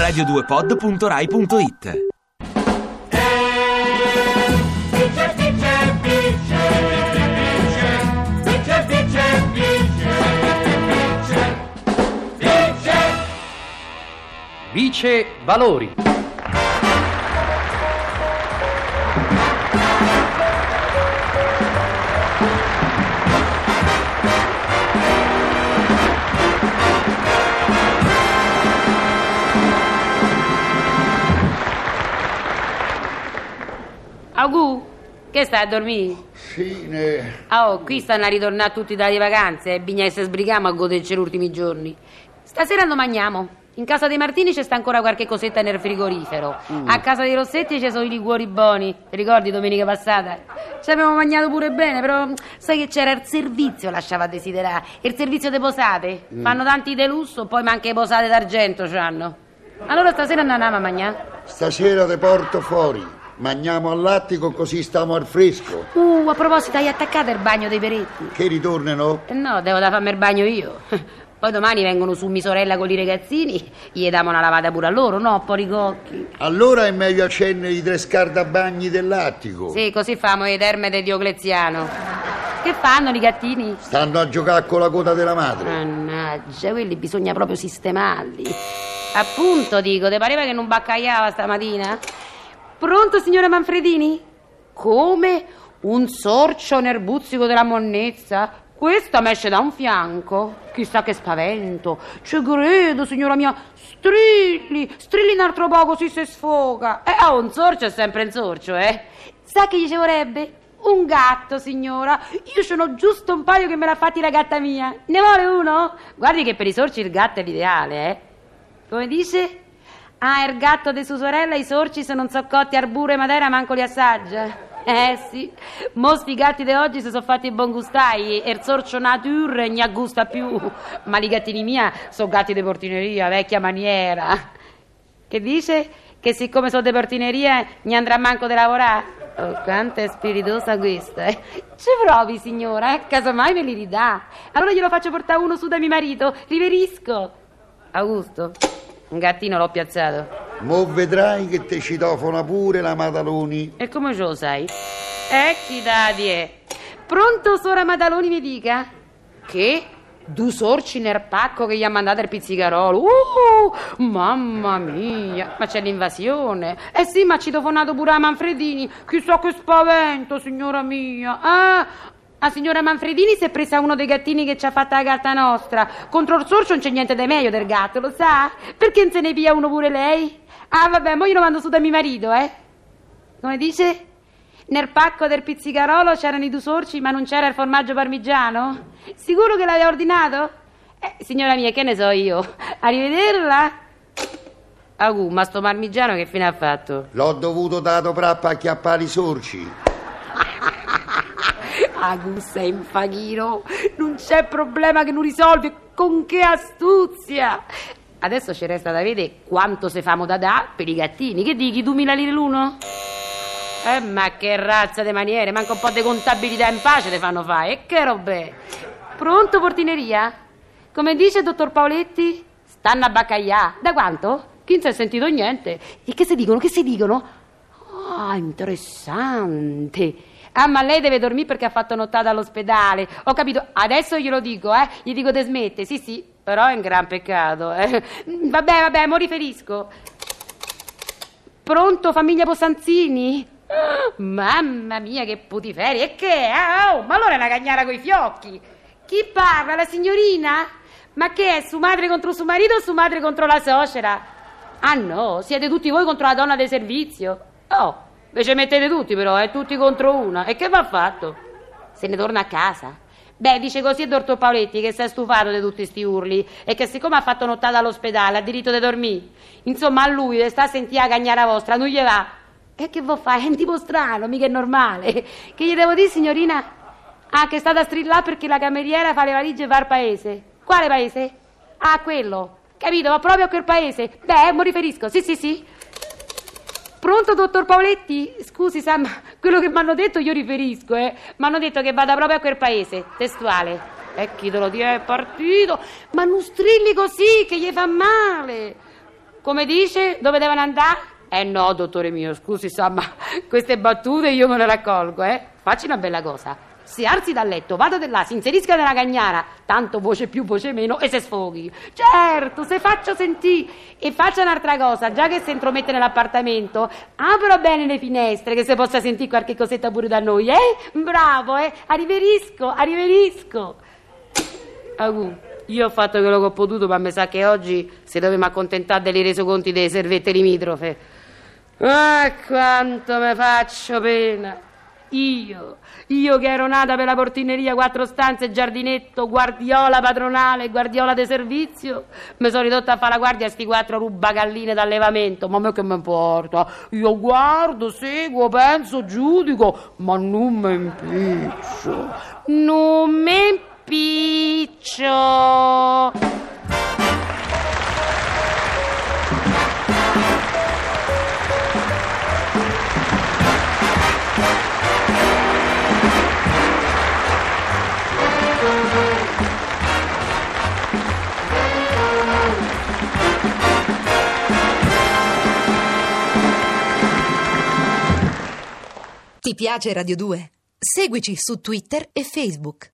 radio2pod.rai.it. Vice Valori. Augù, che stai a dormire? Sì, Oh, qui stanno a ritornare tutti dalle vacanze e bisogna che se sbrighiamo a goderci gli ultimi giorni. Stasera non mangiamo. In casa dei Martini c'è sta ancora qualche cosetta nel frigorifero. A casa dei Rossetti ci sono i liquori buoni. Ti ricordi domenica passata? Ci abbiamo mangiato pure bene, però sai che c'era il servizio, lasciava a desiderare. Il servizio delle posate. Fanno tanti de lusso, poi ma anche le posate d'argento c'hanno. Allora stasera andiamo a mangiare? stasera te porto fuori. Mangiamo all'attico così stiamo al fresco. A proposito, hai attaccato il bagno dei peretti? Che ritornano? No, devo da farmi il bagno io. Poi domani vengono su mia sorella con i ragazzini, gli diamo una lavata pure a loro, no? Poricocchi. Allora è meglio accendere i 3 scaldabagni dell'attico. Sì, così famo le terme di Diocleziano. Che fanno i gattini? Stanno a giocare con la coda della madre. Mannaggia, quelli bisogna proprio sistemarli. Appunto, dico, te pareva che non baccaiava stamattina? Pronto, signora Manfredini? Come? Un sorcio nerbuzzico della monnezza? Questa m'esce da un fianco. Chissà che spavento. Ci credo, signora mia. Strilli un altro poco, si sfoga. Un sorcio è sempre un sorcio, Sa che gli ci vorrebbe? Un gatto, signora. Io ce n'ho giusto un paio che me l'ha fatti la gatta mia. Ne vuole uno? Guardi che per i sorci il gatto è l'ideale, Come dice? Il gatto di sua sorella, i sorci se non so cotti al burro e Madeira manco li assaggia. Sì, mostri gatti di oggi si sono fatti buon gustai e il sorcio nature non gusta più. Ma i gattini mia sono gatti di portineria, vecchia maniera. Che dice? Che siccome sono di portineria non andrà manco di lavorare? Oh, quanto è spiritosa questa, Ci provi, signora, casomai me li ridà. Allora glielo faccio portare uno su da mio marito, riverisco. Augusto, un gattino l'ho piazzato. Mo vedrai che te citofona pure la Madaloni. E come ce lo sai? Chi dadi. Pronto, sora Madaloni, mi dica? Che? 2 sorci nel pacco che gli ha mandato il pizzicarolo. Mamma mia, ma c'è l'invasione. Sì, ma ha citofonato pure a Manfredini. Chissà che spavento, signora mia. La signora Manfredini si è presa uno dei gattini che ci ha fatta la gatta nostra. Contro il sorcio non c'è niente di meglio del gatto, lo sa? Perché non se ne pia uno pure lei? Vabbè, mo io lo mando su da mio marito, Come dice? Nel pacco del pizzicarolo c'erano i 2 sorci, ma non c'era il formaggio parmigiano? Sicuro che l'aveva ordinato? Signora mia, che ne so io? Arrivederla? Ma sto parmigiano che fine ha fatto? L'ho dovuto dato prappa a acchiappare i sorci. Sei un faghino, non c'è problema che non risolvi, con che astuzia! Adesso ci resta da vedere quanto se famo da per i gattini. Che dici, 2000 lire l'uno? Ma che razza di maniere, manca un po' di contabilità in pace te fanno fare, e che robe! Pronto, portineria? Come dice il dottor Paoletti? Stanno a baccaglià. Da quanto? Chi non si è sentito niente. E che si dicono? Interessante. Ma lei deve dormire perché ha fatto nottata all'ospedale. Ho capito, adesso glielo dico, Gli dico te smette, sì, però è un gran peccato, Vabbè, mo riferisco. Pronto, famiglia Possanzini? Mamma mia, che putiferia, e che è? Ma allora è una cagnara coi fiocchi. Chi parla, la signorina? Ma che è, su madre contro suo marito o su madre contro la suocera? No, siete tutti voi contro la donna del servizio. Invece mettete tutti però, tutti contro una. E che va fatto? Se ne torna a casa. Dice così il dottor Paoletti che si è stufato di tutti sti urli e che siccome ha fatto nottata all'ospedale ha diritto di dormire. Insomma, a lui sta a sentire la cagnara vostra, non gli va. E che vuoi fare? È un tipo strano, mica è normale. Che gli devo dire, signorina? Che è stata a strillare perché la cameriera fa le valigie e va al paese. Quale paese? Quello. Capito, va proprio a quel paese. Mo riferisco, sì. Pronto, dottor Paoletti? Scusi, Sam, quello che mi hanno detto io riferisco, Mi hanno detto che vada proprio a quel paese, testuale. Chi te lo dire, è partito. Ma non strilli così, che gli fa male. Come dice? Dove devono andare? No, dottore mio, scusi, sa, ma queste battute io me le raccolgo, Facci una bella cosa. Si alzi dal letto, vada di là, si inserisca nella cagnara, tanto voce più, voce meno, e se sfoghi. Certo, se faccio sentì. E faccia un'altra cosa, già che si intromette nell'appartamento, apra bene le finestre, che si possa sentire qualche cosetta pure da noi, Bravo, arriverisco. Io ho fatto quello che ho potuto, ma mi sa che oggi si doveva accontentare dei resoconti delle servette limitrofe. Ah, quanto mi faccio pena. Io che ero nata per la portineria, 4 stanze, giardinetto, guardiola padronale, guardiola de servizio, mi sono ridotta a fare la guardia a sti 4 rubagalline d'allevamento. Ma a me che mi importa? Io guardo, seguo, penso, giudico, ma non mi impiccio. Non mi impiccio. Ti piace Radio 2? Seguici su Twitter e Facebook.